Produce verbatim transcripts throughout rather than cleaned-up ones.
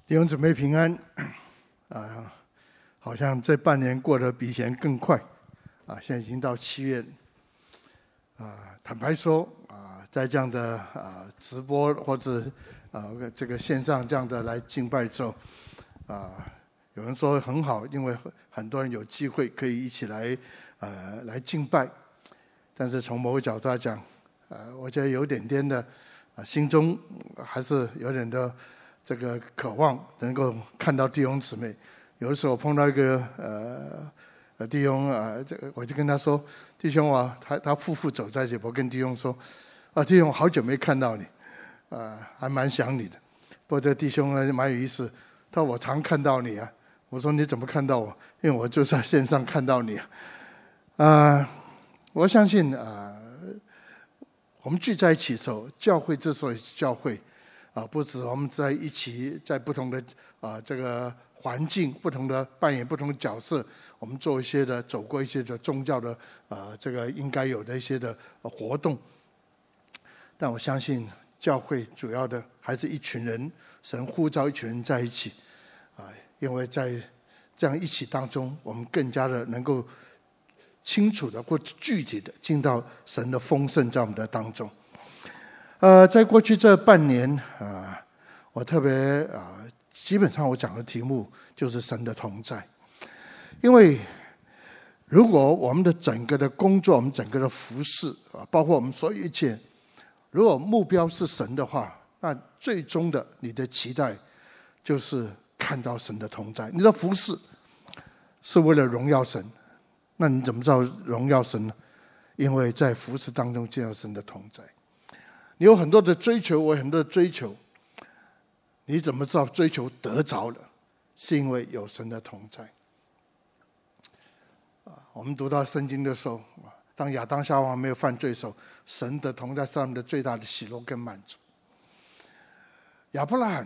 弟兄姊妹平安啊！好像这半年过得比以前更快啊！现在已经到七月啊。坦白说啊，在这样的啊直播或者啊这个线上这样的来敬拜之后啊，有人说很好，因为很多人有机会可以一起来呃来敬拜。但是从某个角度来讲，呃，我觉得有点点的啊，心中还是有点的。这个渴望能够看到弟兄姊妹，有的时候碰到一个呃弟兄啊，这个我就跟他说：“弟兄啊，他他夫妇走在一起，我跟弟兄说，啊，弟兄好久没看到你，啊，还蛮想你的。不过这个弟兄呢蛮有意思，他说我常看到你啊。我说你怎么看到我？因为我就在线上看到你啊。啊，我相信啊，我们聚在一起的时候，教会之所以是教会。”啊，不止我们在一起，在不同的啊这个环境，不同的扮演不同的角色，我们做一些的走过一些的宗教的啊这个应该有的一些的活动。但我相信教会主要的还是一群人，神呼召一群人在一起啊，因为在这样一起当中，我们更加的能够清楚的或具体的进到神的丰盛在我们的当中。呃，在过去这半年啊、呃，我特别啊、呃，基本上我讲的题目就是神的同在。因为如果我们的整个的工作，我们整个的服事啊，包括我们所有一切，如果目标是神的话，那最终的你的期待就是看到神的同在。你的服事是为了荣耀神，那你怎么知道荣耀神呢？因为在服事当中见到神的同在。你有很多的追求，我有很多的追求，你怎么知道追求得着了？是因为有神的同在。我们读到圣经的时候，当亚当夏娃没有犯罪的时候，神的同在是他们的最大的喜乐跟满足。亚伯拉罕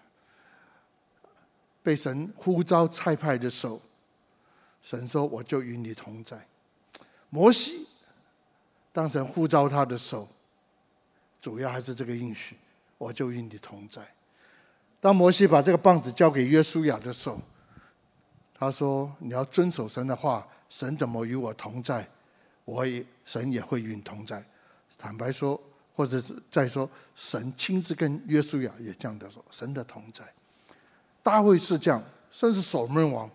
被神呼召差派的时候，神说我就与你同在。摩西当神呼召他的时候，主要还是这个应许，我就与你同在。当摩西把这个棒子交给约书亚的时候，他说你要遵守神的话，神怎么与我同在，我也神也会与你同在。坦白说，或者是再说，神亲自跟约书亚也这样的说，神的同在。大卫是这样，甚至所罗门王，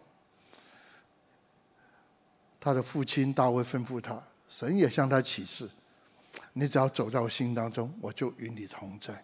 他的父亲大卫吩咐他，神也向他启示，你只要走在我心当中，我就与你同在。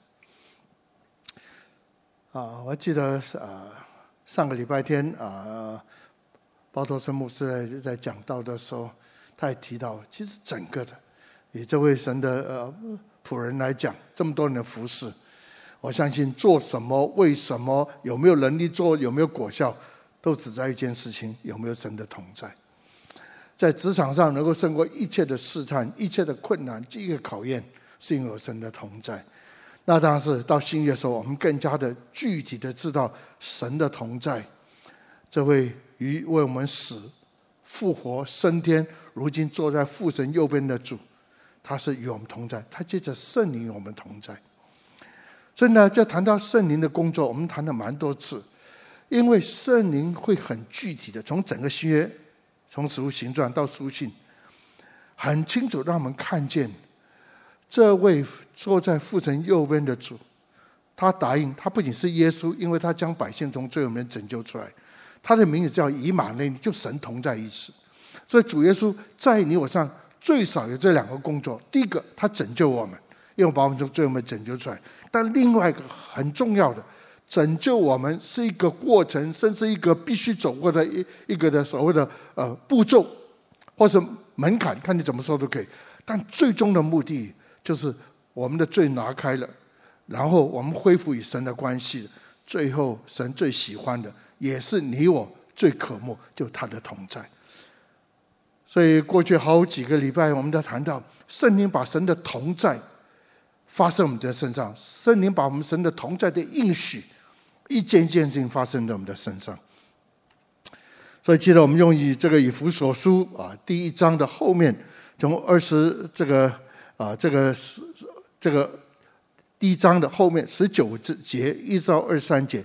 啊，我记得啊，上个礼拜天啊，包托森牧师在在讲道的时候，他也提到，其实整个的以这位神的呃仆人来讲，这么多人的服事，我相信做什么、为什么、有没有能力做、有没有果效，都只在一件事情：有没有神的同在。在职场上能够胜过一切的试探、一切的困难、一个考验，是因为有神的同在。那当然是到新约的时候，我们更加的具体的知道神的同在。这位与为我们死、复活、升天，如今坐在父神右边的主，他是与我们同在，他借着圣灵与我们同在。所以呢，就谈到圣灵的工作，我们谈了蛮多次，因为圣灵会很具体的从整个新约，从使徒行传到书信，很清楚让我们看见这位坐在父神右边的主，他答应，他不仅是耶稣，因为他将百姓从罪恶里面拯救出来，他的名字叫以马内利，就神同在一起。所以主耶稣在你我上最少有这两个工作：第一个，他拯救我们，因为把我们从罪恶里面拯救出来；但另外一个很重要的，拯救我们是一个过程，甚至一个必须走过的一一个的所谓的呃步骤，或是门槛，看你怎么说都可以。但最终的目的就是我们的罪拿开了，然后我们恢复与神的关系，最后神最喜欢的，也是你我最渴慕，就他的同在。所以过去好几个礼拜，我们在谈到圣灵把神的同在发生我们的身上，圣灵把我们神的同在的应许一件一件事情发生在我们的身上。所以记得我们用以这个以弗所书啊第一章的后面，从二十这个啊这个这个第一章的后面十九节一到二十三节，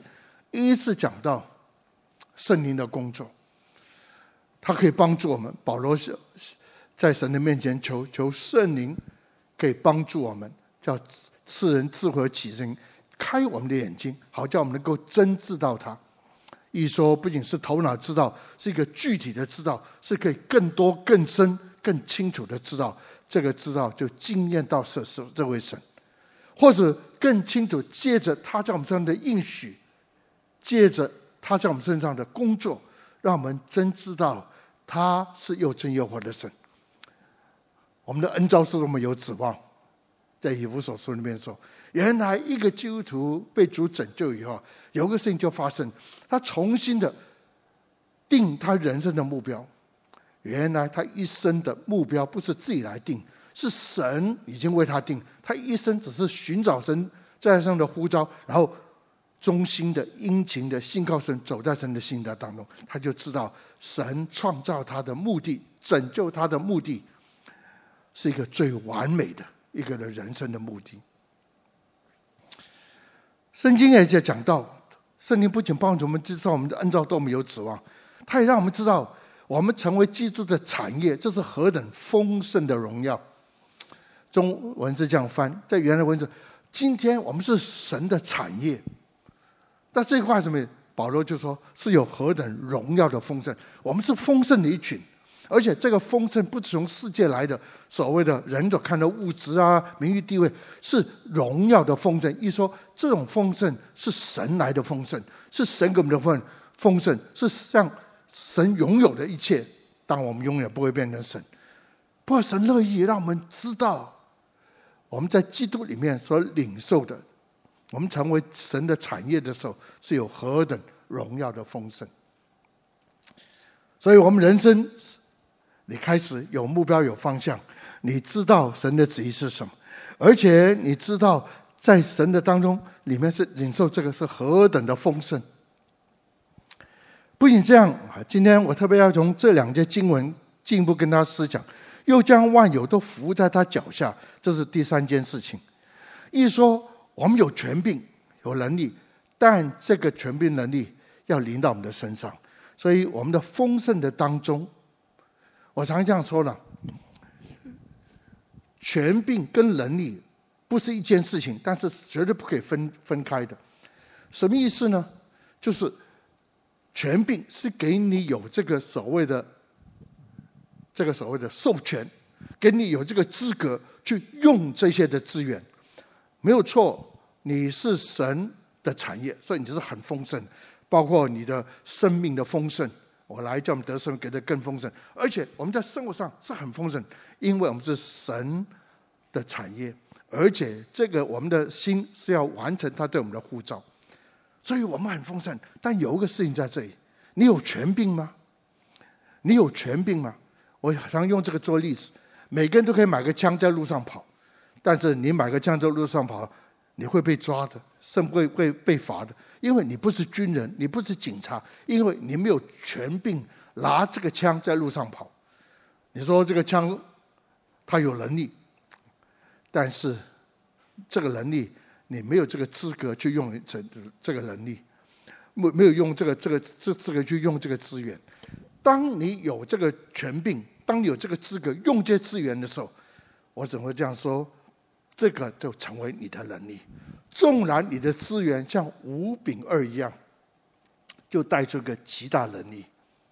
一次讲到圣灵的工作，他可以帮助我们。保罗在神的面前求求圣灵可以帮助我们，叫赐人智慧和启示，开我们的眼睛，好叫我们能够真知道他。一说不仅是头脑知道，是一个具体的知道，是可以更多更深更清楚的知道。这个知道就经验到是是这位神，或者更清楚借着他在我们身上的应许，借着他在我们身上的工作，让我们真知道他是又真又活的神。我们的恩召使我们有指望。在以弗所书里面说，原来一个基督徒被主拯救以后，有个事情就发生，他重新的定他人生的目标。原来他一生的目标不是自己来定，是神已经为他定。他一生只是寻找神在他上的呼召，然后忠心的殷勤的信靠神，走在神的心意当中，他就知道神创造他的目的，拯救他的目的是一个最完美的一个的人生的目的。圣经也在讲到，圣灵不仅帮助我们知道我们的恩召对我们有指望，他也让我们知道我们成为基督的产业，这是何等丰盛的荣耀。中文是这样翻，在原来文字，今天我们是神的产业。那这句话什么？保罗就说是有何等荣耀的丰盛，我们是丰盛的一群。而且这个丰盛不是从世界来的，所谓的人所看的物质啊、名誉地位，是荣耀的丰盛。一说这种丰盛是神来的丰盛，是神给我们的丰丰盛，是像神拥有的一切。当我们永远不会变成神，不过神乐意让我们知道，我们在基督里面所领受的，我们成为神的产业的时候，是有何等荣耀的丰盛。所以我们人生，你开始有目标有方向，你知道神的旨意是什么，而且你知道在神的当中里面是领受这个是何等的丰盛。不仅这样，今天我特别要从这两节经文进一步跟他思讲，又将万有都服在他脚下，这是第三件事情。一说我们有权柄有能力，但这个权柄能力要临到我们的身上，所以我们的丰盛的当中，我常这样说了，权柄跟能力不是一件事情，但是绝对不可以分分开的。什么意思呢？就是权柄是给你有这个所谓的这个所谓的授权，给你有这个资格去用这些的资源，没有错。你是神的产业，所以你就是很丰盛，包括你的生命的丰盛。我来叫我们得生命给得更丰盛，而且我们在生活上是很丰盛，因为我们是神的产业，而且这个我们的心是要完成他对我们的呼召，所以我们很丰盛。但有一个事情在这里，你有权柄吗？你有权柄吗？我常用这个做例子，每个人都可以买个枪在路上跑，但是你买个枪在路上跑，你会被抓的，甚至会会被罚的，因为你不是军人，你不是警察，因为你没有权柄拿这个枪在路上跑。你说这个枪他有能力，但是这个能力你没有这个资格去用这这个能力，没没有用这个这个这这个去用这个资源。当你有这个权柄，当你有这个资格用这些资源的时候，我怎么会这样说？这个就成为你的能力。纵然你的资源像五饼二一样，就带出个极大能力。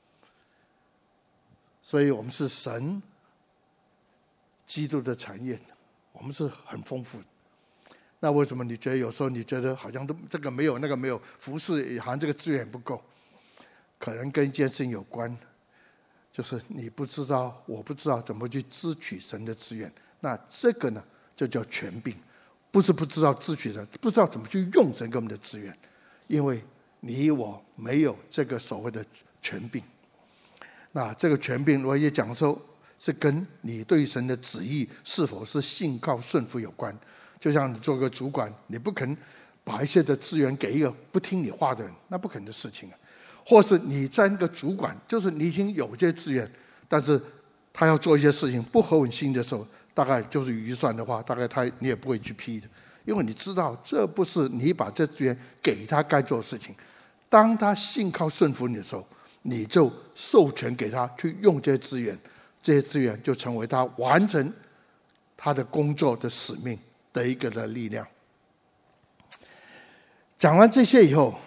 所以我们是神基督的产业，我们是很丰富的。那为什么你觉得有时候你觉得好像都这个没有那个没有，服事好像这个资源不够？可能跟一件事情有关，就是你不知道，我不知道怎么去支取神的资源。那这个呢，就叫权柄，不是不知道支取神，不知道怎么去用神给我们的资源，因为你我没有这个所谓的权柄。那这个权柄我也讲说，是跟你对神的旨意是否是信靠顺服有关。就像你做个主管，你不肯把一些的资源给一个不听你话的人，那不可能的事情啊。或是你在那个主管，就是你已经有这些资源，但是他要做一些事情不合我心的时候，大概就是预算的话，大概他你也不会去批的，因为你知道这不是你把这资源给他该做的事情， 当他信靠顺服你的时候，你就授权给他去用这些资源，这些资源就成为他完成他的工作的使命的一个的力量。讲完这些以后，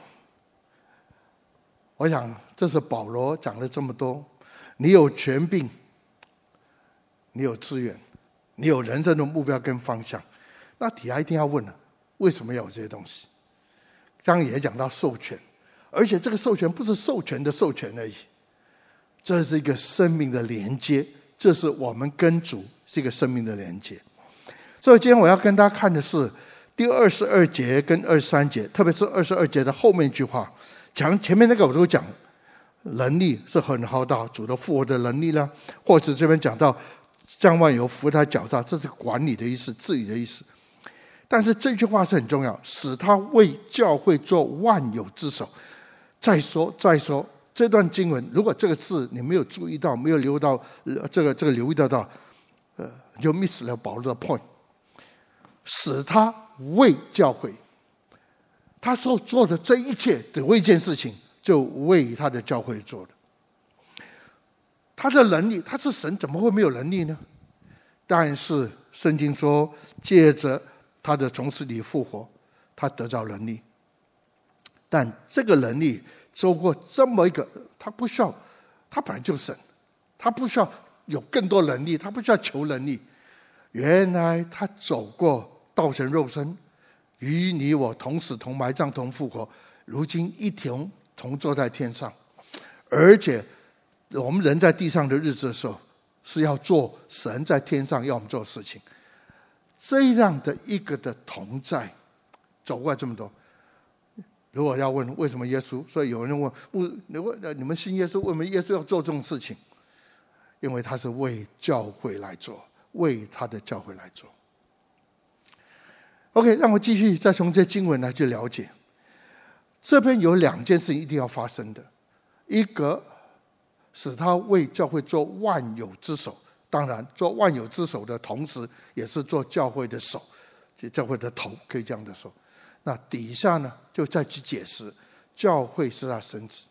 我想这是保罗讲了这么多，你有权柄，你有资源，你有人生的目标跟方向，那底下一定要问了，为什么要有这些东西？刚刚也讲到授权，而且这个授权不是授权的授权而已，这是一个生命的连接，这是我们跟主是一个生命的连接。所以今天我要跟大家看的是第二十二节跟二十三节，特别是二十二节的后面一句话，讲前面那个我都讲，能力是很浩大，主的复活的能力啦，或者这边讲到将万有伏他脚下，这是管理的意思，治理的意思。但是这句话是很重要，使他为教会做万有之首。再说再说这段经文，如果这个字你没有注意到，没有留到这个这个留意得到，呃，就 miss 了保罗的 point。使他为教会，他所做的这一切只为一件事情，就为他的教会做的。他的能力，他是神，怎么会没有能力呢？但是圣经说，借着他的从死里复活，他得到能力。但这个能力走过这么一个，他不需要，他本来就是神，他不需要有更多能力，他不需要求能力。原来他走过道成肉身，与你我同死同埋葬同复活，如今一同同坐在天上。而且我们人在地上的日子的时候，是要做神在天上要我们做的事情。这样的一个的同在，走过来这么多。如果要问为什么耶稣，所以有人问，你们信耶稣，为什么耶稣要做这种事情？因为他是为教会来做，为他的教会来做。OK， 让我继续再从这经文来去了解。这边有两件事情一定要发生的，一个使他为教会做万有之首，当然做万有之首的同时，也是做教会的手，教会的头，可以这样的说。那底下呢，就再去解释，教会是他身子。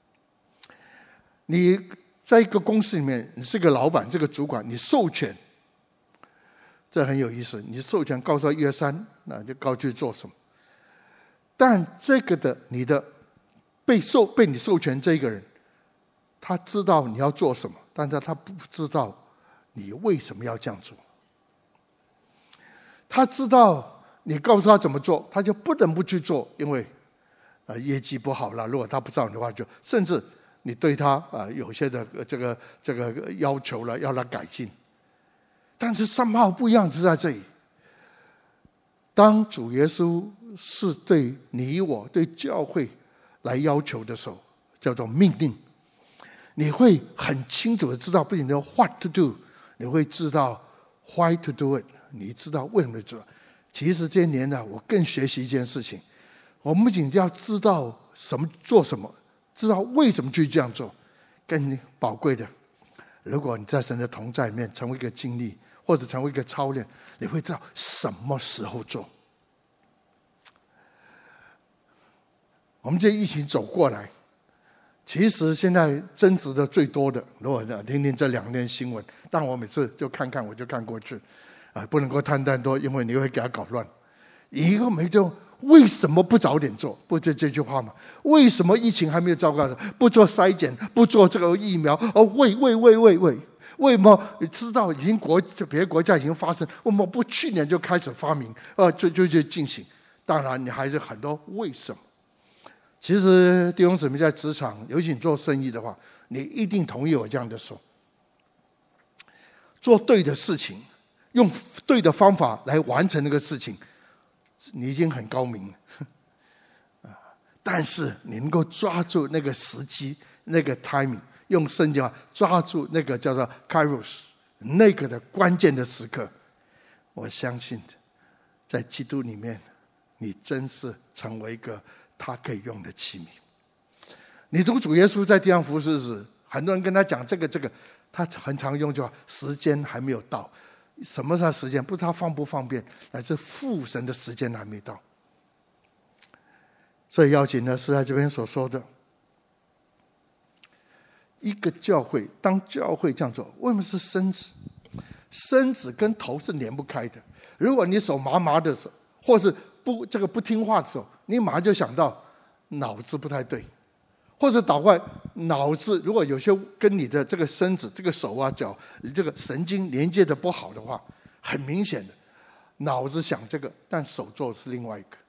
你在一个公司里面，你是个老板，这个主管，你授权，这很有意思。你授权告诉他一二三，那就告去做什么。但这个的你的被授被你授权这个人，他知道你要做什么，但是他不知道你为什么要这样做。他知道你告诉他怎么做，他就不得不去做，因为呃业绩不好了。如果他不知道你的话，就甚至你对他啊、呃、有些的这个这个要求了，要他改进。但是somehow不一样，是在这里。当主耶稣是对你我对教会来要求的时候，叫做命令，你会很清楚的知道，不仅要 what to do， 你会知道 why to do it， 你知道为什么做。其实这些年呢，我更学习一件事情，我们不仅要知道什么做什么，知道为什么去这样做，更宝贵的，如果你在神的同在里面成为一个经历，或者成为一个操练，你会知道什么时候做。我们这疫情走过来，其实现在争执的最多的，如果听听这两天新闻，但我每次就看看，我就看过去，啊，不能够谈太多，因为你会给他搞乱。一个没就为什么不早点做？不就这句话吗？为什么疫情还没有糟糕的，不做筛检，不做这个疫苗？哦，为为为为为，为什么你知道已经国别的国家已经发生，为什么不去年就开始发明？呃，就就就进行。当然，你还是很多为什么。其实弟兄姊妹在职场，尤其你做生意的话，你一定同意我这样的说：做对的事情，用对的方法来完成那个事情，你已经很高明了。但是你能够抓住那个时机，那个 timing， 用圣经话抓住那个叫做 kairos， 那个的关键的时刻，我相信在基督里面，你真是成为一个他可以用的器皿。你读主耶稣在地上服事时，很多人跟他讲这个这个，他很常用句话：时间还没有到。什么是他时间？不是他方不方便，乃是父神的时间还没到。 所以要紧的是在这边所说的，一个教会，当教会这样做，为什么是身子？身子跟头是连不开的。如果你手麻麻的时候，或是不这个不听话的时候，你马上就想到脑子不太对，或者倒过来，脑子如果有些跟你的这个身子、这个手啊、脚、这个神经连接的不好的话，很明显的，脑子想这个，但手做的是另外一个。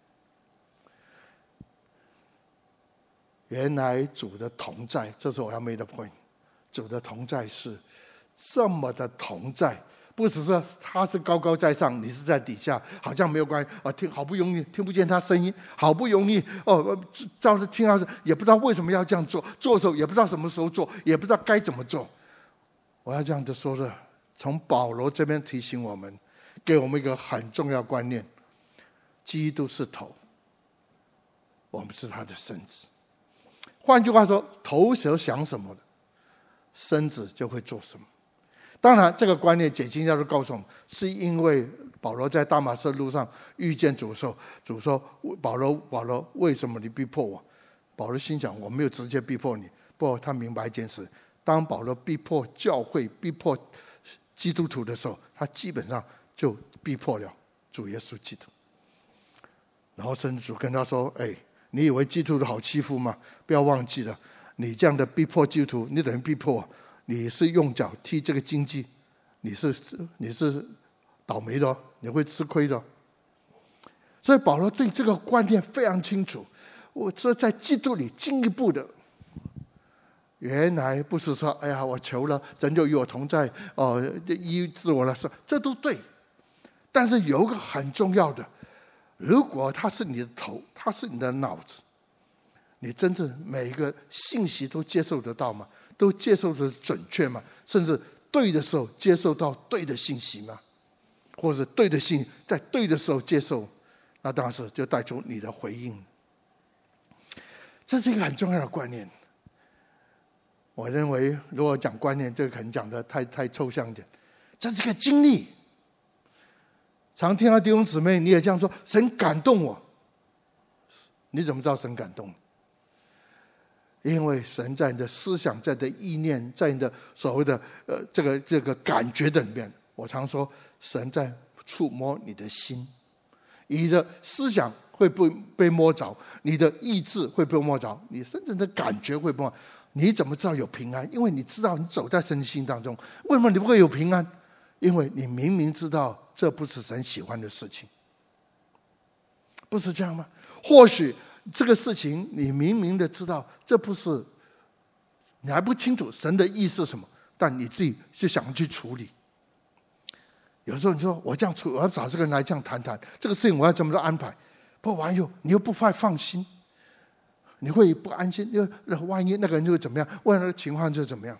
原来主的同在，这是我要 make the point。主的同在是这么的同在，不只是他是高高在上，你是在底下，好像没有关系啊。听好不容易听不见他声音，好不容易哦，照着听到，也不知道为什么要这样做，做的时候也不知道什么时候做，也不知道该怎么做。我要这样子说的，从保罗这边提醒我们，给我们一个很重要观念：基督是头，我们是他的身子。换句话说，头所想什么的，身子就会做什么。当然这个观念解经家就告诉我们，是因为保罗在大马色路上遇见主的时候，主说保罗保罗为什么你逼迫我？保罗心想，我没有直接逼迫你，不过他明白一件事，当保罗逼迫教会逼迫基督徒的时候，他基本上就逼迫了主耶稣基督。然后甚至主跟他说，哎，你以为基督徒好欺负吗？不要忘记了，你这样的逼迫基督徒，你等于逼迫我，你是用脚踢这个经济，你是你是倒霉的，你会吃亏的。所以保罗对这个观念非常清楚。我这在基督里进一步的，原来不是说哎呀我求了神就与我同在哦，医治我了，这都对。但是有一个很重要的，如果他是你的头，他是你的脑子，你真正每一个信息都接受得到吗？都接受得准确吗？甚至对的时候接受到对的信息吗？或者对的信在对的时候接受，那当时就带出你的回应。这是一个很重要的观念。我认为如果讲观念，这个可能讲的太太抽象一点，这是个经历。常听到弟兄姊妹你也这样说，神感动我。你怎么知道神感动？因为神在你的思想，在你的意念，在你的所谓的呃这个这个感觉的里面，我常说神在触摸你的心，你的思想会被被摸着，你的意志会被摸着，你甚至的感觉会被摸着。你怎么知道有平安？因为你知道你走在神的心当中。为什么你不会有平安？因为你明明知道这不是神喜欢的事情，不是这样吗？或许这个事情你明明的知道这不是，你还不清楚神的意思是什么，但你自己就想去处理。有时候你说我这样处，我要找这个人来这样谈谈这个事情，我要怎么做安排？不完以后你又不太放心，你会不安心，因为万一那个人就会怎么样，万一那个情况就怎么样。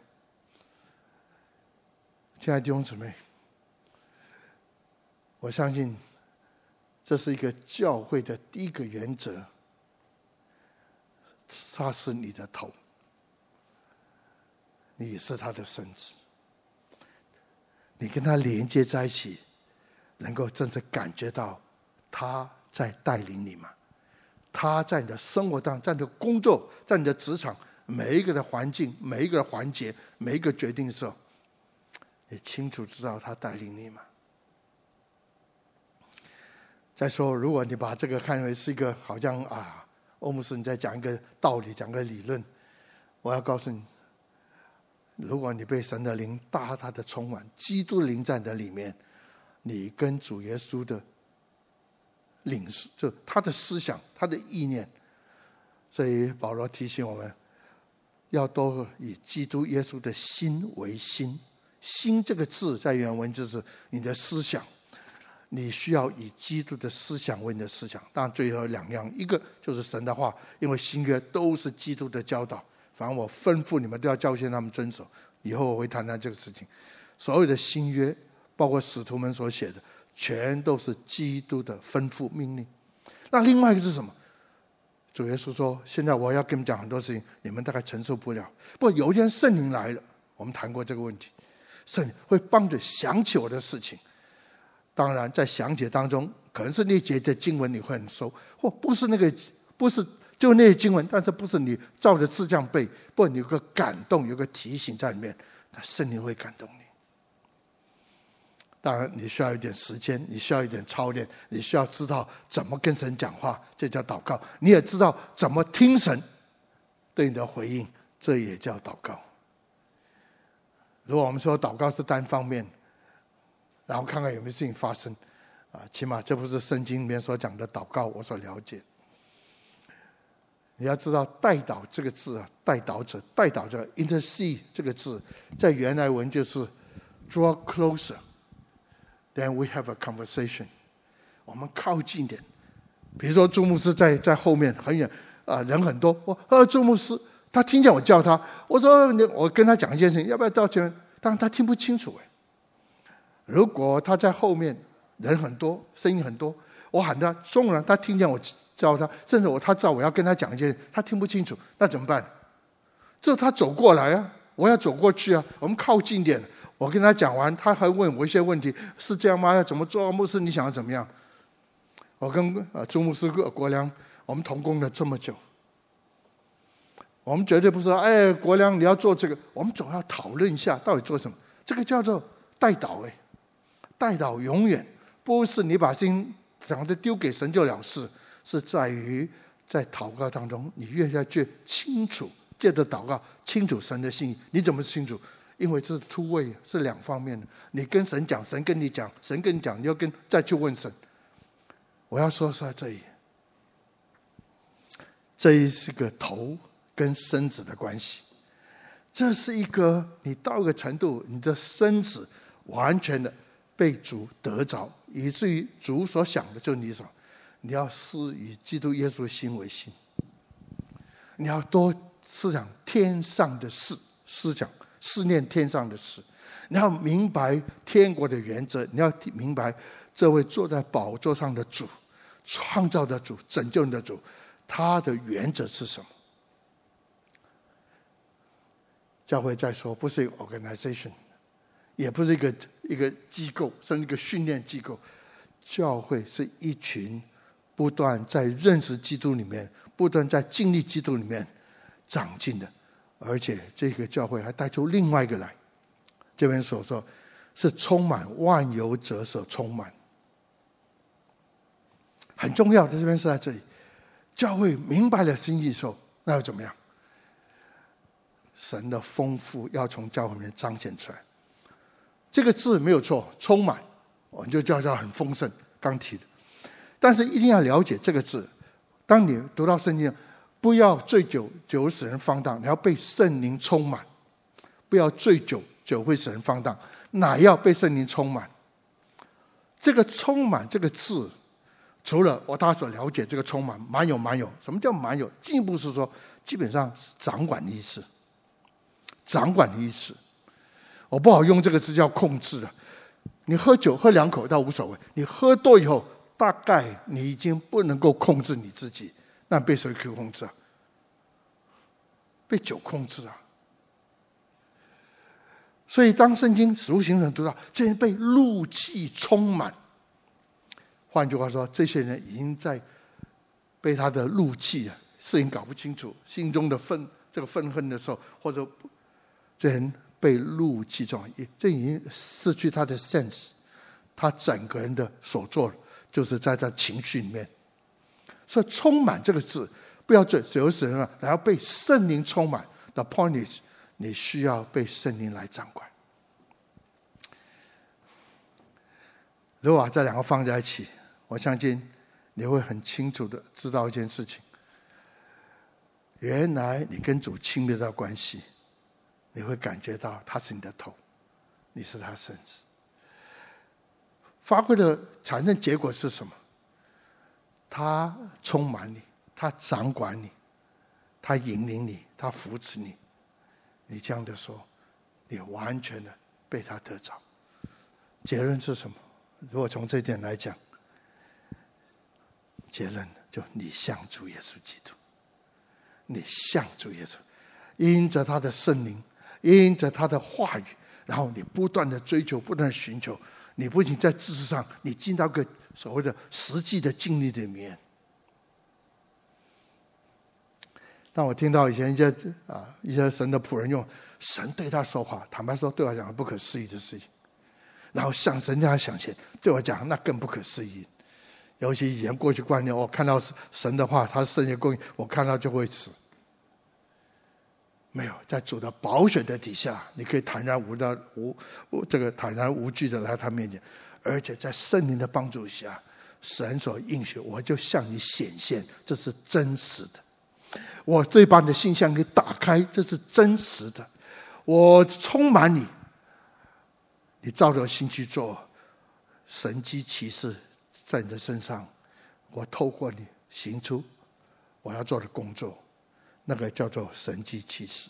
亲爱的弟兄姊妹，我相信这是一个教会的第一个原则，他是你的头，你是他的身子，你跟他连接在一起，能够真正感觉到他在带领你吗？他在你的生活当中，在你的工作，在你的职场，每一个的环境，每一个的环节，每一个决定的时候，你清楚知道他带领你吗？再说，如果你把这个看为是一个好像啊，欧姆斯你在讲一个道理，讲个理论，我要告诉你，如果你被神的灵大大的充满，基督的灵在你的里面，你跟主耶稣的领受，就他的思想，他的意念。所以保罗提醒我们，要都以基督耶稣的心为心。心这个字在原文就是你的思想，你需要以基督的思想为你的思想。当然最后两样，一个就是神的话，因为新约都是基督的教导，反正我吩咐你们都要教训他们遵守。以后我会谈谈这个事情。所有的新约，包括使徒们所写的，全都是基督的吩咐命令。那另外一个是什么？主耶稣说，现在我要跟你们讲很多事情，你们大概承受不了。不过有一天圣灵来了，我们谈过这个问题，圣灵会帮着想起我的事情。当然在详解当中，可能是那节的经文你会很熟，或不是那个不是就那些经文，但是不是你照着字这样背，不，你有个感动，有个提醒在里面，那圣灵会感动你。当然你需要一点时间，你需要一点操练，你需要知道怎么跟神讲话，这叫祷告。你也知道怎么听神对你的回应，这也叫祷告。如果我们说祷告是单方面，然后看看有没有事情发生啊，起码这不是圣经里面所讲的祷告我所了解。你要知道代祷这个字啊，代祷者，代祷者 intercede 这个字在原来文就是 draw closer then we have a conversation， 我们靠近一点。比如说朱牧师在在后面很远啊、呃，人很多，我呃朱牧师他听见我叫他，我说你我跟他讲一件事情，要不要到前面？但是他听不清楚哎。如果他在后面人很多，声音很多，我喊他，纵然他听见我叫他，甚至我他知道我要跟他讲一件事，他听不清楚，那怎么办？这他走过来啊，我要走过去啊，我们靠近点。我跟他讲完，他还问我一些问题，是这样吗？要怎么做？牧师，你想要怎么样？我跟呃朱牧师国良，我们同工了这么久，我们绝对不是说，哎，国良你要做这个，我们总要讨论一下到底做什么。这个叫做代祷，哎，代祷永远不是你把心想的丢给神就了事，是在于在祷告当中，你越来越清楚，借着祷告清楚神的心意。你怎么清楚？因为这是two way，是两方面的。你跟神讲，神跟你讲，神跟你讲，你要跟再去问神。我要说说这里，这是个头跟身子的关系。这是一个你到一个程度，你的身子完全的被主得着，以至于主所想的就是你所，你要思以基督耶稣的心为心，你要多思想天上的事，思想思念天上的事，你要明白天国的原则，你要明白这位坐在宝座上的主，创造的主，拯救你的主，他的原则是什么？教会再说，不是一个 organization， 也不是一个一个机构，甚至一个训练机构。教会是一群不断在认识基督里面，不断在经历基督里面长进的。而且这个教会还带出另外一个来，这边所说是充满万有者所充满，很重要的。这边是在这里，教会明白了心意之后，那又怎么样？神的丰富要从教会里面彰显出来。这个字没有错，充满，我们就叫它很丰盛，刚提的。但是一定要了解这个字，当你读到圣经，不要醉酒，酒使人放荡，你要被圣灵充满。不要醉酒，酒会使人放荡，乃要被圣灵充满。这个充满这个字，除了我大家所了解这个充满，满有满有，什么叫满有？进一步是说，基本上是掌管的意思，掌管的意思。我不好用这个字叫控制了。你喝酒喝两口倒无所谓，你喝多以后，大概你已经不能够控制你自己。那被谁可以控制啊？被酒控制啊！所以当圣经使徒行传读到这些人被怒气充满，换句话说，这些人已经在被他的怒气啊，事情搞不清楚，心中的愤这个愤恨的时候，或者这人被怒气充满，这已经失去他的 sense， 他整个人的所做就是在他情绪里面。所以充满这个字不要醉，有使人啊，然后被圣灵充满。 The point is， 你需要被圣灵来掌管。如果把这两个放在一起，我相信你会很清楚的知道一件事情，原来你跟主亲密的关系，你会感觉到他是你的头，你是他身子。发挥的产生结果是什么？他充满你，他掌管你，他引领你，他扶持你。你这样的说，你完全的被他得着。结论是什么？如果从这点来讲，结论就你像主耶稣基督，你像主耶稣，因着他的圣灵，因着他的话语，然后你不断的追求，不断的寻求，你不仅在知识上，你进到个所谓的实际的经历里面， 当我听到以前一些啊一些神的仆人用神对他说话，坦白说对我讲不可思议的事情，然后向神家想钱，对我讲那更不可思议。尤其以前过去观念，我看到神的话，他是圣洁供应，我看到就会死。没有，在主的宝血的底下，你可以坦然无的无这个坦然无惧的来他面前，而且在圣灵的帮助下，神所应许，我就向你显现，这是真实的。我对把你的心向给打开，这是真实的。我充满你，你照着心去做神迹奇事，在你的身上，我透过你行出我要做的工作。那个叫做神迹奇事。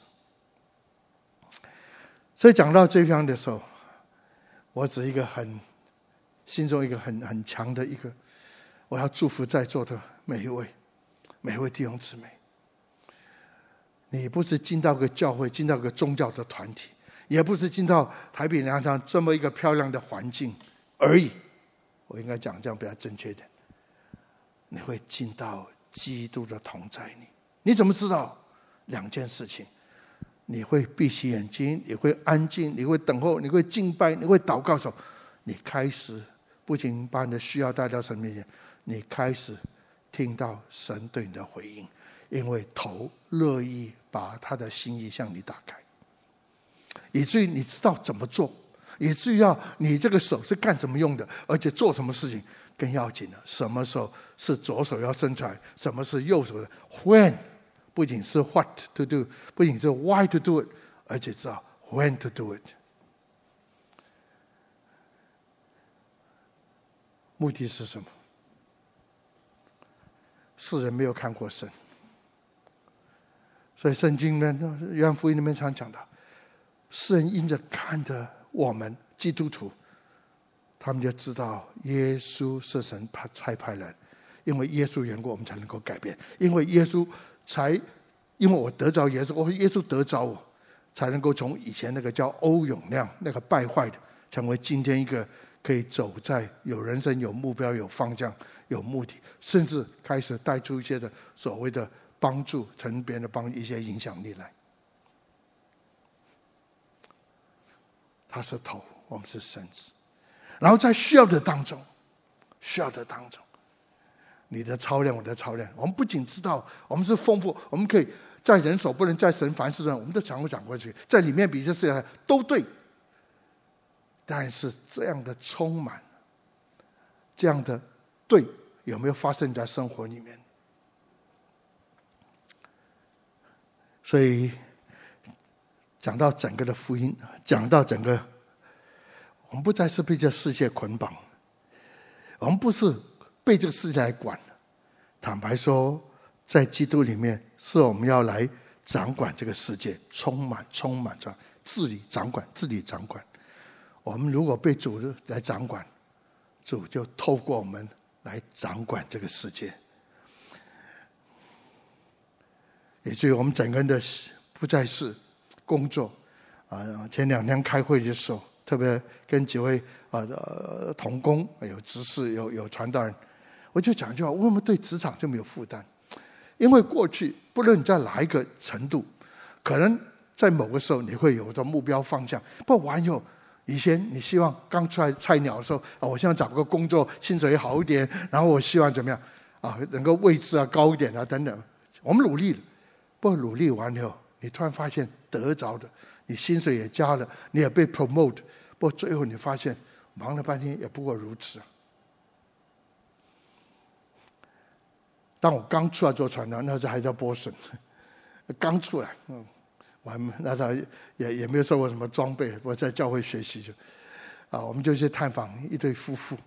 所以讲到这方的时候，我只一个很心中一个很很强的一个，我要祝福在座的每一位每一位弟兄姊妹。你不是进到个教会，进到个宗教的团体，也不是进到台北良堂这么一个漂亮的环境而已，我应该讲这样比较正确的，你会进到基督的同在里。你怎么知道？两件事情，你会闭起眼睛，你会安静，你会等候，你会敬拜，你会祷告的时候，你开始不仅把你的需要带到神面前，你开始听到神对你的回应，因为头乐意把他的心意向你打开，以至于你知道怎么做，以至于要你这个手是干什么用的，而且做什么事情更要紧了。什么时候是左手要伸出来，什么是右手的 when， 不仅是 what to do， 不仅是 why to do it， 而且知道 when to do it。 目的是什么？世人没有看过神，所以圣经呢，约翰福音里面常讲到，世人因着看着我们基督徒，他们就知道耶稣是神差派人，因为耶稣缘故我们才能够改变，因为耶稣才因为我得着耶稣，我耶稣得着我，才能够从以前那个叫欧永亮那个败坏的，成为今天一个可以走在有人生有目标有方向有目的，甚至开始带出一些的所谓的帮助，成别人的帮一些影响力来。他是头，我们是身子，然后在需要的当中需要的当中，你的操练我的操练，我们不仅知道我们是丰富，我们可以在人手不能在神凡事上，我们都讲过讲过去，在里面比这世界都对，但是这样的充满，这样的对，有没有发生在生活里面？所以讲到整个的福音，讲到整个，我们不再是被这世界捆绑，我们不是被这个世界来管。坦白说，在基督里面，是我们要来掌管这个世界，充满充满着治理掌管治理掌管。我们如果被主来掌管，主就透过我们来掌管这个世界，也就是我们整个人的不再是工作啊。前两天开会的时候，特别跟几位啊呃同工，有执事，有有传道人，我就讲一句话：为什么对职场就没有负担？因为过去不论你在哪一个程度，可能在某个时候你会有着目标方向，不完以后。以前你希望刚出来菜鸟的时候啊，我希望找个工作，薪水好一点，然后我希望怎么样啊，能够位置啊高一点啊等等。我们努力了，不过努力完以后，你突然发现得着的，你薪水也加了，你也被 promote， 不过最后你发现忙了半天也不过如此。当我刚出来做传道，那时候还在波士顿，刚出来，嗯。我还那时候也也没有受过什么装备，我在教会学习就，啊，我们就去探访一对夫妇。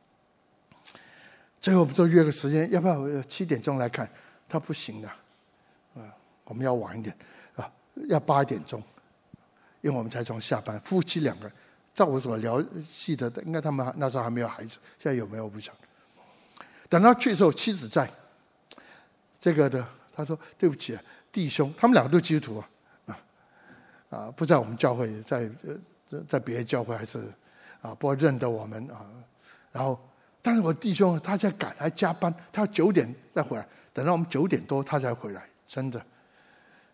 最后我们就约个时间，要不要七点钟来看？他不行的，啊，我们要晚一点，啊，要八点钟，因为我们才从下班。夫妻两个人，照我所了记得的，应该他们那时候还没有孩子，现在有没有我不晓得。等到去的时候，妻子在，这个的他说对不起啊，弟兄，他们两个都基督徒啊。啊，不在我们教会，在在别的教会还是啊，不过认得我们啊。然后，但是我弟兄他在赶，还加班，他要九点再回来，等到我们九点多他才回来，真的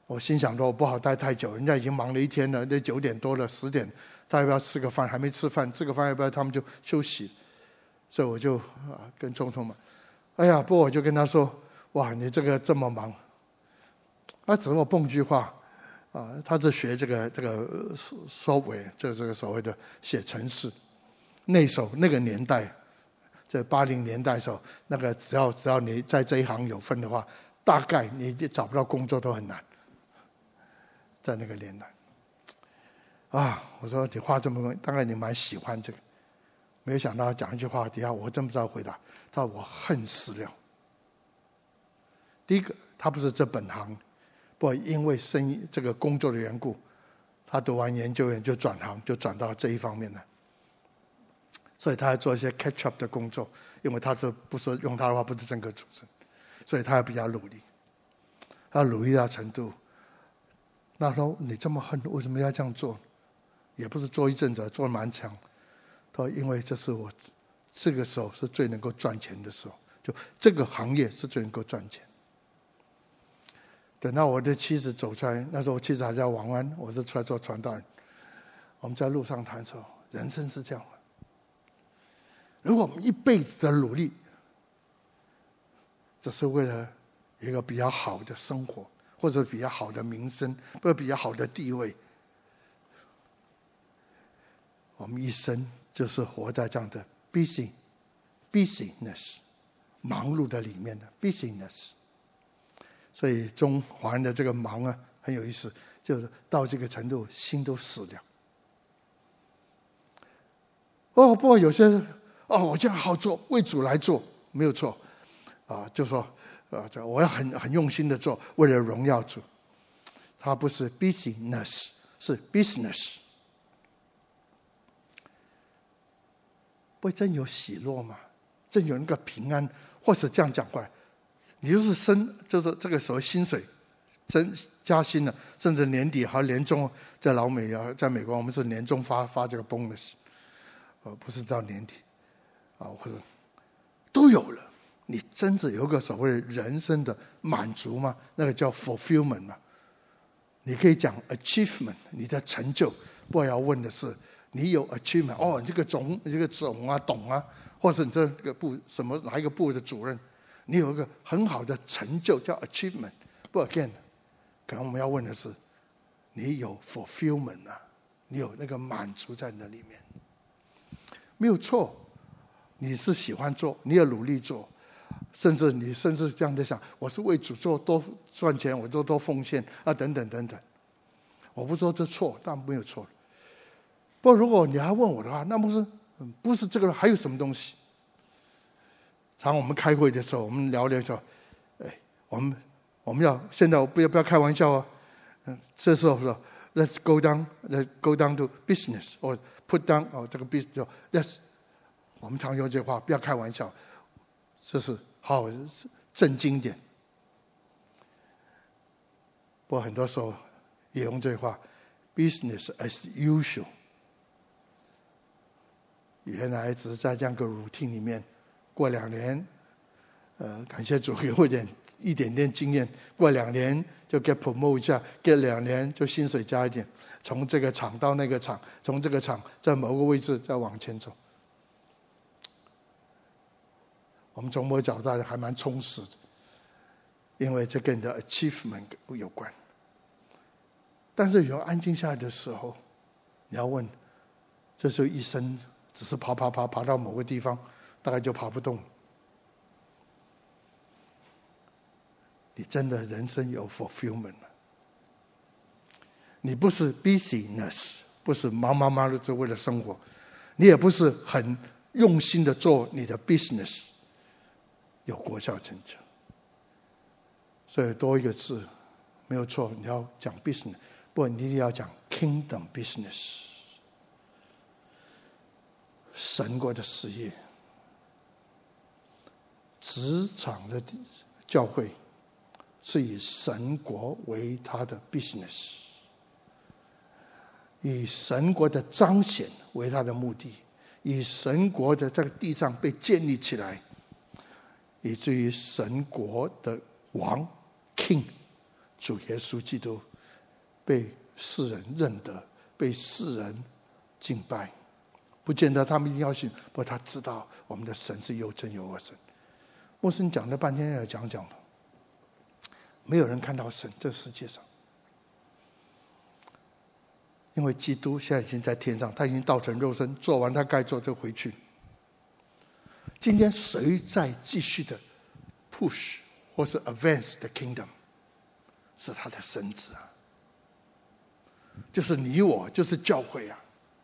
我心想说我不好待太久，人家已经忙了一天了，那九点多了，十点，他要不要吃个饭？还没吃饭，吃个饭要不要他们就休息？所以我就啊跟聪聪嘛，哎呀，不过我就跟他说，哇，你这个这么忙，他只跟我蹦句话，啊，他是学这个这个software，这这个所谓的写程式，那时候那个年代，在八零年代的时候，那个只要只要你在这一行有分的话，大概你找不到工作都很难。在那个年代，啊，我说你话这么多，当然你蛮喜欢这个，没有想到他讲一句话，底下我真不知道回答。他说我恨死了。第一个，他不是这本行，不过因为生意这个工作的缘故，他读完研究院就转行，就转到这一方面了。所以他要做一些 catch up 的工作，因为他是不是用他的话不是真格出身，所以他要比较努力。他努力到程度。那时候你这么恨，为什么要这样做？也不是做一阵子，做得蛮长。他说：“因为这是我这个时候是最能够赚钱的时候，就这个行业是最能够赚钱。”等到我的妻子走出来，那时候我妻子还在王安，我是出来做传道人。我们在路上谈说，人生是这样的：如果我们一辈子的努力，只是为了一个比较好的生活。或者比较好的名声，或者比较好的地位，我们一生就是活在这样的 busy busyness 忙碌的里面的 busyness。所以中华人的这个忙啊，很有意思，就是到这个程度，心都死了。哦，不过有些人哦，我这样好做，为主来做，没有错啊，就说。啊，这我要很很用心的做，为了荣耀主。它不是 busyness， 是 business。不会真有喜乐吗？真有那个平安？或是这样讲过来，你就是升，就是这个时候薪水增加薪了，甚至年底还有年终，在老美啊，在美国我们是年终发发这个 bonus， 呃，不是到年底啊，或者都有了。你真的有个所谓人生的满足吗？那个叫 fulfillment 嘛。你可以讲 achievement， 你的成就。不过要问的是，你有 achievement， 哦，你这个总、这个总啊、董啊，或者你这个部什么哪一个部的主任，你有一个很好的成就叫 achievement。不 again， 可能我们要问的是，你有 fulfillment 啊？你有那个满足在那里面，没有错。你是喜欢做，你也努力做。甚至你甚至这样的想，我是为主做，多赚钱，我都多奉献啊，等等等等。我不说这错，但没有错。不过如果你还问我的话，那不是不是这个，还有什么东西？常我们开会的时候，我们聊的时候，哎，我们我们要现在不要不要开玩笑哦。嗯，这时候说 ，Let's go down, Let's go down to business, or put down 哦，这个 business, Let's， 我们常用这句话，不要开玩笑，这是。好正经点。不过很多时候也用这句话 ，business as usual。原来只是在这样个 routine 里面，过两年，呃，感谢主给我一点一点点经验，过两年就 get promote 一下， get 两年就薪水加一点，从这个厂到那个厂，从这个厂在某个位置再往前走。我们从某角度还蛮充实的，因为这跟你的 achievement 有关。但是有安静下来的时候，你要问，这时候一生只是爬爬爬爬到某个地方，大概就爬不动。你真的人生有 fulfillment 吗？你不是 busyness， 不是忙忙忙的只为了生活，你也不是很用心的做你的 business。有果效成就，所以多一个字没有错。你要讲 business， 不过你一定要讲 kingdom business， 神国的事业。职场的教会是以神国为他的 business， 以神国的彰显为他的目的，以神国的这个地上被建立起来，以至于神国的王 King 主耶稣基督被世人认得，被世人敬拜。不见得他们一定要信，不过他知道我们的神是又真又活神。牧师，你讲了半天要讲讲吧，没有人看到神，这个世界上，因为基督现在已经在天上，他已经道成肉身，做完他该做就回去。今天谁在继续的 push 或是 advance the kingdom？ 是他的身子啊，就是你我，就是教会啊。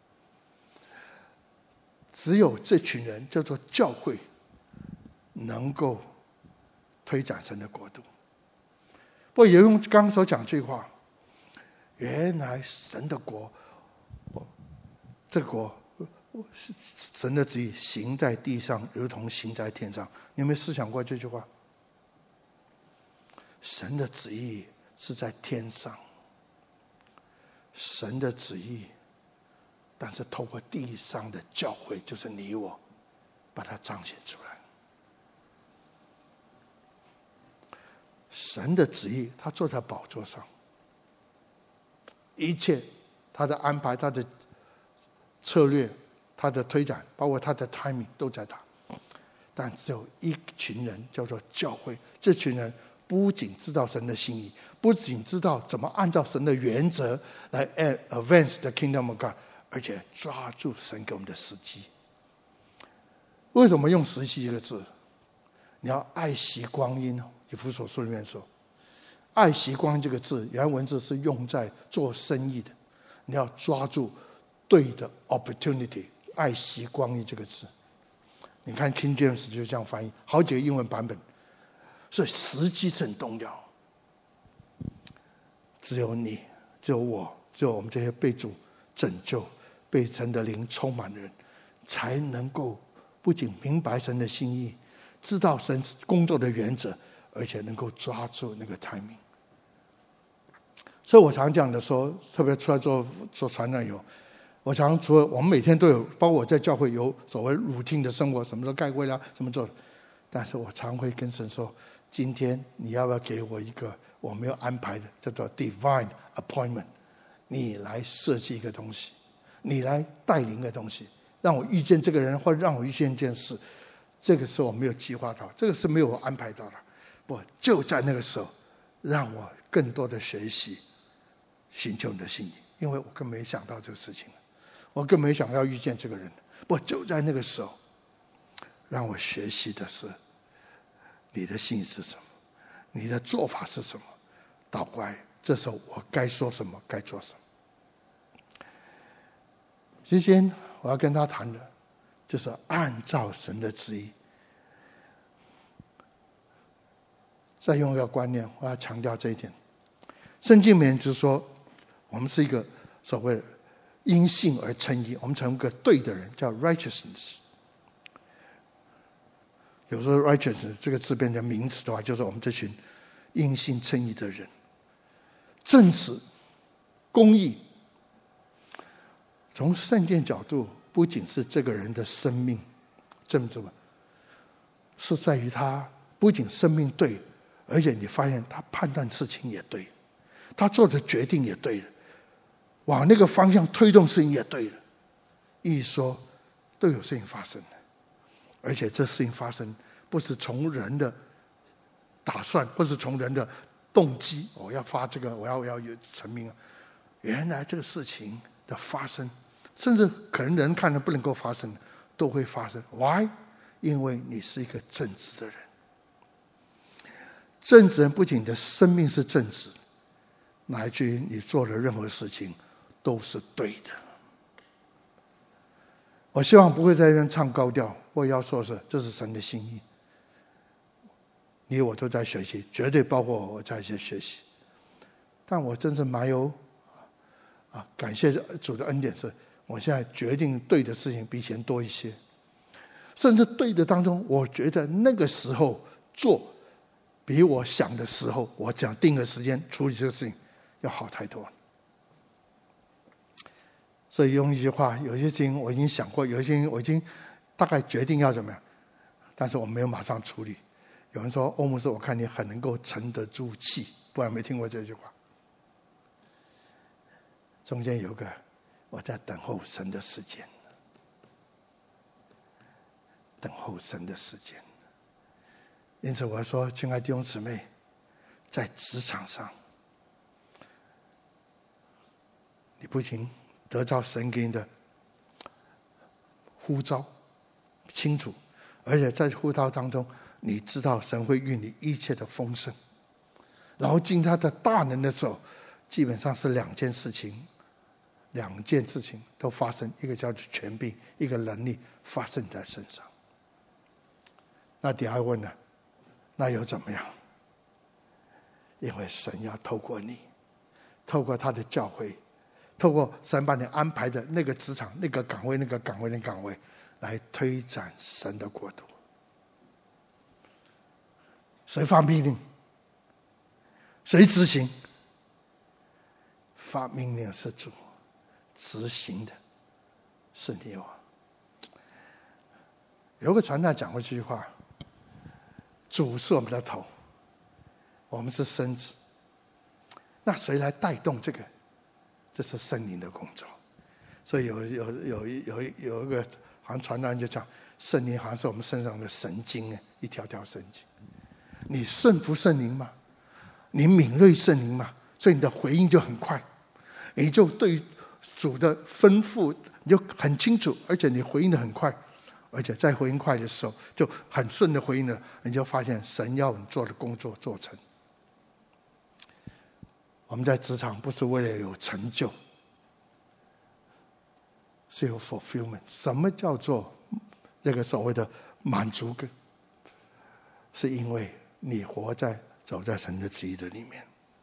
只有这群人叫做教会，能够推展神的国度。不过也用刚刚所讲这句话，原来神的国，这个国神的旨意行在地上，如同行在天上。你有没有思想过这句话？神的旨意是在天上，神的旨意，但是透过地上的教会，就是你我，把它彰显出来。神的旨意，他坐在宝座上，一切他的安排，他的策略，他的推展，包括他的 timing 都在他。但只有一群人叫做教会，这群人不仅知道神的心意，不仅知道怎么按照神的原则来 advance the kingdom of God， 而且抓住神给我们的时机。为什么用时机这个字？你要爱惜光阴。以弗所书里面说，爱惜光阴这个字原文字是用在做生意的，你要抓住对的 opportunity， 爱惜光阴这个字。你看 King James 就这样翻译，好几个英文版本。所以时机是很重要。只有你，只有我，只有我们这些被主拯救、被神的灵充满的人，才能够不仅明白神的心意，知道神工作的原则，而且能够抓住那个 timing。所以我常讲的说，特别出来做做传道友，我常除了我们每天都有，包括我在教会有所谓 routine 的生活，什么时候盖会啦，什么做，但是我常会跟神说，今天你要不要给我一个我没有安排的，叫做 divine appointment， 你来设计一个东西，你来带领一个东西，让我遇见这个人，或者让我遇见一件事。这个是我没有计划到，这个是没有安排到的，不就在那个时候，让我更多的学习寻求你的心意，因为我更没想到这个事情，我更没想到要遇见这个人，不就在那个时候，让我学习的是你的心意是什么，你的做法是什么，倒过来这时候我该说什么，该做什么。今天我要跟他谈的就是按照神的旨意。再用一个观念，我要强调这一点。圣经里面只说我们是一个所谓的因信而称义，我们成为一个对的人，叫 righteousness。 有时候 righteousness 这个字变成名词的话，就是我们这群因信称义的人。正直公义，从圣经角度不仅是这个人的生命正直，是在于他不仅生命对，而且你发现他判断事情也对，他做的决定也对了，往那个方向推动事情也对了，一说都有事情发生了。而且这事情发生不是从人的打算，或是从人的动机，我要发这个，我要我要有成名啊。原来这个事情的发生，甚至可能人看了不能够发生，都会发生。Why？ 因为你是一个正直的人。正直人不仅你的生命是正直，乃至于你做的任何事情都是对的。我希望不会在这边唱高调，我要说的是，这是神的心意。你我都在学习，绝对包括我在一些学习。但我真是蛮有啊，感谢主的恩典是，我现在决定对的事情比以前多一些，甚至对的当中，我觉得那个时候做，比我想的时候，我讲定的时间处理这个事情要好太多了。所以用一句话，有些事情我已经想过，有些事情我已经大概决定要怎么样，但是我没有马上处理。有人说，欧牧师，我看你很能够沉得住气，不然没听过这句话。 中间有个我在等候神的时间，等候神的时间。因此我说，亲爱的弟兄姊妹，在职场上，你不仅得到神给你的呼召清楚，而且在呼召当中，你知道神会与你一切的丰盛。然后进他的大能的时候，基本上是两件事情，两件事情都发生，一个叫做权柄，一个能力发生在身上。那第二问呢？那又怎么样？因为神要透过你，透过他的教会，透过神把你安排的那个职场、那个岗位、那个岗位、那个岗位，来推展神的国度。谁发命令？谁执行？发命令是主，执行的是你我。有个传道讲过这句话：主是我们的头，我们是身子。那谁来带动这个？这是圣灵的工作。所以有有有有有一个好像传道人就讲，圣灵好像是我们身上的神经啊，一条条神经。你顺服圣灵吗？你敏锐圣灵吗？所以你的回应就很快，你就对主的吩咐你就很清楚，而且你回应的很快，而且在回应快的时候就很顺的回应了，你就发现神要你做的工作做成。我们在职场不是为了有成就，是有 fulfillment。 什么叫做这个所谓的满足感？是因为你活在走在神的旨意的里面。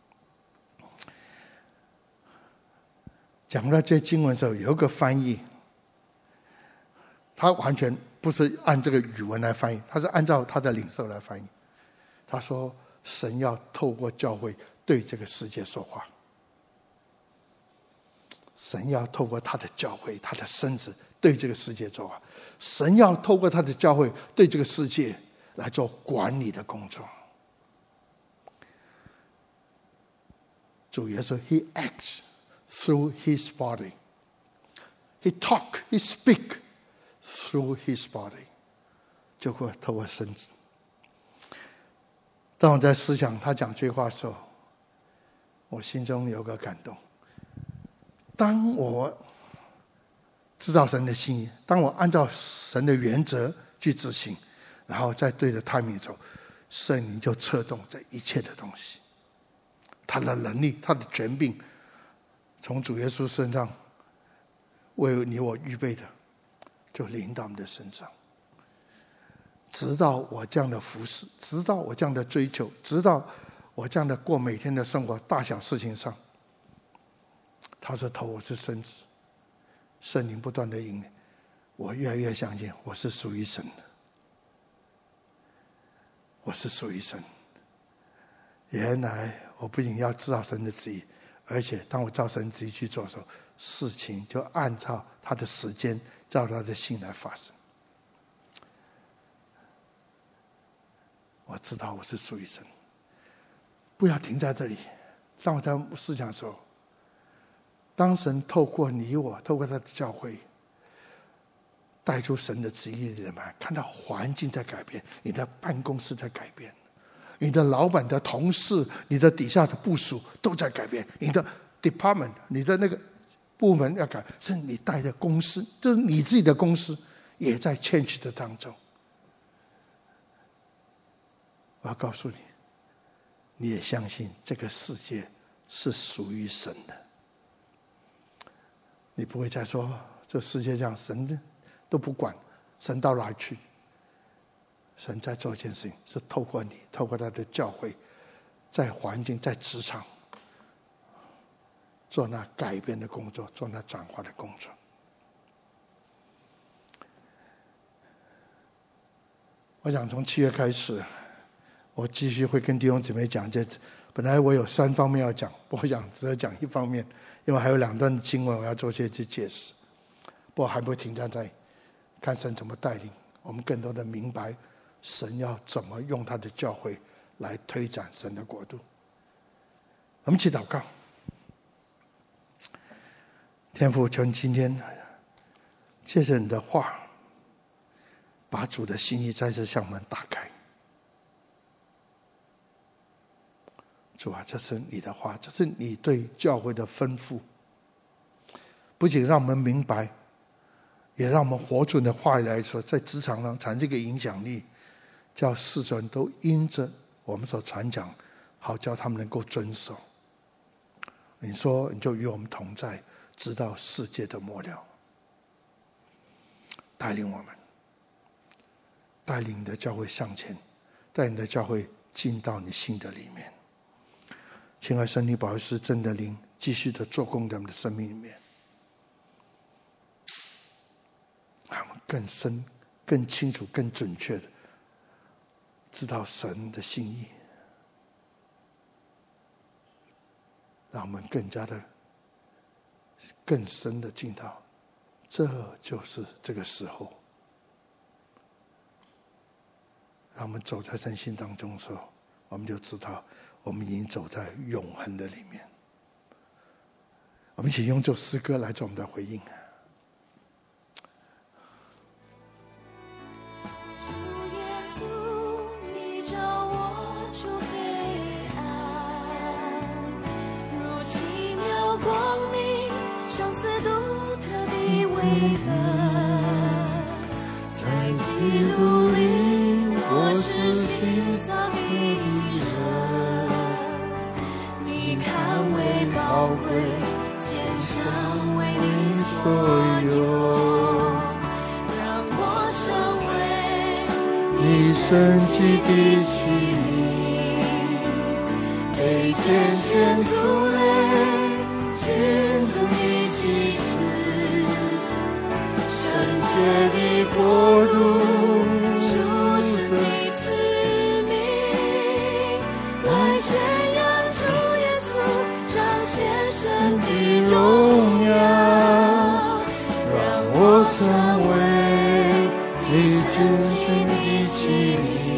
讲到这经文的时候，有一个翻译，他完全不是按这个语文来翻译，他是按照他的领受来翻译。他说神要透过教会对这个世界说话，神要透过他的教会，他的身子对这个世界说话，神要透过他的教会对这个世界来做管理的工作。主耶稣 He acts through His body. He talk, He speak through His body. 就会透过身子。当我在思想他讲这句话的时候，我心中有个感动。当我知道神的心意，当我按照神的原则去执行，然后再对着timing的时候，圣灵就策动这一切的东西。他的能力，他的权柄，从主耶稣身上为你我预备的，就临到我们的身上。直到我这样的服侍，直到我这样的追求，直到我这样的过每天的生活，大小事情上，他是头，我是身子，圣灵不断的引领，我越来越相信我是属于神的，我是属于神。原来我不仅要知道神的旨意，而且当我照神旨意去做的时候，事情就按照他的时间，照他的心来发生。我知道我是属于神，不要停在这里。当我在思想的时候，当神透过你我，透过他的教会，带出神的旨意的人们，看到环境在改变，你的办公室在改变，你的老板的同事，你的底下的部属都在改变，你的 department， 你的那个部门要改，是你带的公司，就是你自己的公司也在 change 的当中。我要告诉你，你也相信这个世界是属于神的。你不会再说这世界上神都不管，神到哪里去？神在做一件事情，是透过你，透过他的教会，在环境，在职场做那改变的工作，做那转化的工作。我想从七月开始，我继续会跟弟兄姊妹讲这，本来我有三方面要讲，我想只有讲一方面，因为还有两段经文我要做些解释。不过还不会停在这里，看神怎么带领我们更多的明白神要怎么用他的教会来推展神的国度。我们一起祷告。 天父，求你今天借着你的话，把主的心意再次向我们打开。主啊，这是你的话，这是你对教会的吩咐，不仅让我们明白，也让我们活出你的话语来说，在职场上产生一个影响力，叫世人都因着我们所传讲，好叫他们能够遵守。你说你就与我们同在，直到世界的末了。带领我们，带领你的教会向前，带领你的教会进到你心的里面。亲爱圣灵保惠师真的灵继续的做工在我们的生命里面，让我们更深、更清楚、更准确的知道神的心意，让我们更加的、更深的进到，这就是这个时候。让我们走在神心当中的时候，我们就知道我们已经走在永恒的里面。我们一起用这首诗歌来做我们的回应。 主耶稣，你照我出黑暗，如奇妙光明，赏赐独特的微分，在基督里我是新造的人，你看为宝贵，献上为你所有，让我成为你神迹的器皿， 被拣选族类，君尊的祭司，圣洁的国度，属神的子民，来宣扬主耶稣，彰显神的荣耀， 让我成为你拣选的器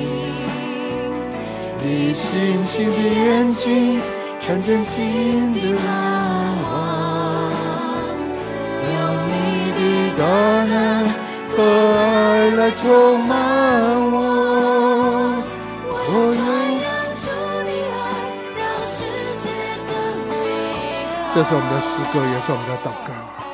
皿，你心情的眼睛看见新的盼望， 让你的大能和爱来充满我。 我传扬主的爱，让世界更美好。 这是我们的诗歌，也是我们的祷告。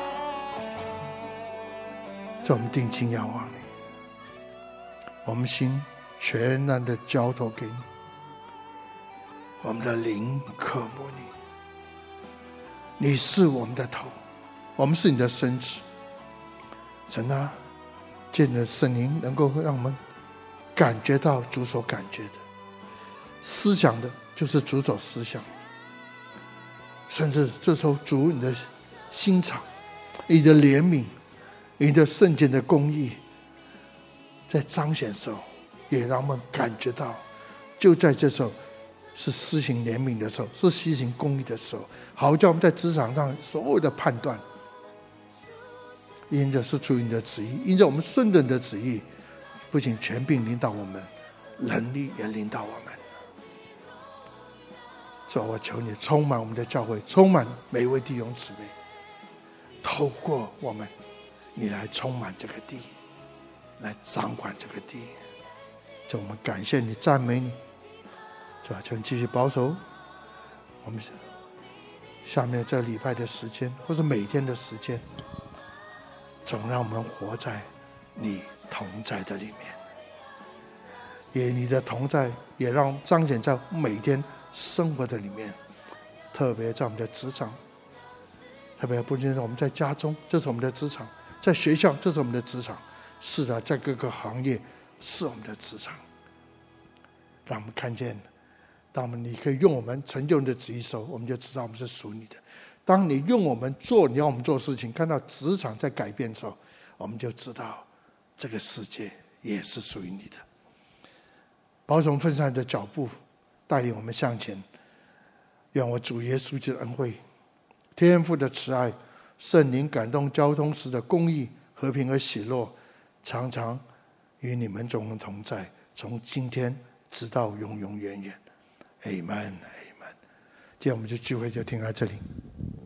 叫我们定睛仰望你，我们心全然的交托给你，我们的灵渴慕你。你是我们的头，我们是你的身子。神啊，借你的圣灵能够让我们感觉到主所感觉的，思想的就是主所思想的，甚至这时候主你的心肠、你的怜悯、你的圣洁的公义在彰显的时候，也让我们感觉到，就在这时候是施行怜悯的时候，是施行公义的时候，好叫我们在职场上所有的判断，因着是出于你的旨意，因着我们顺着你的旨意，不仅权柄领导我们，能力也领导我们。所以我求你充满我们的教会，充满每一位弟兄姊妹，透过我们，你来充满这个地，来掌管这个地。就我们感谢你，赞美你。主啊，求你继续保守我们下面这个礼拜的时间，或者每天的时间，总让我们活在你同在的里面。也你的同在也让彰显在每天生活的里面，特别在我们的职场，特别不仅是我们在家中，这是我们的职场；在学校，这是我们的职场。是的，在各个行业是我们的职场。让我们看见，当我们你可以用我们成就你的旨意的时候，我们就知道我们是属你的。当你用我们做你要我们做事情，看到职场在改变的时候，我们就知道这个世界也是属于你的。保守我们分散的脚步，带领我们向前。愿我主耶稣基督的恩惠、天父的慈爱、圣灵感动交通时的公义、和平和喜乐，常常与你们众人同在，从今天直到永永远远。Amen，Amen。今天我们就聚会就停在这里。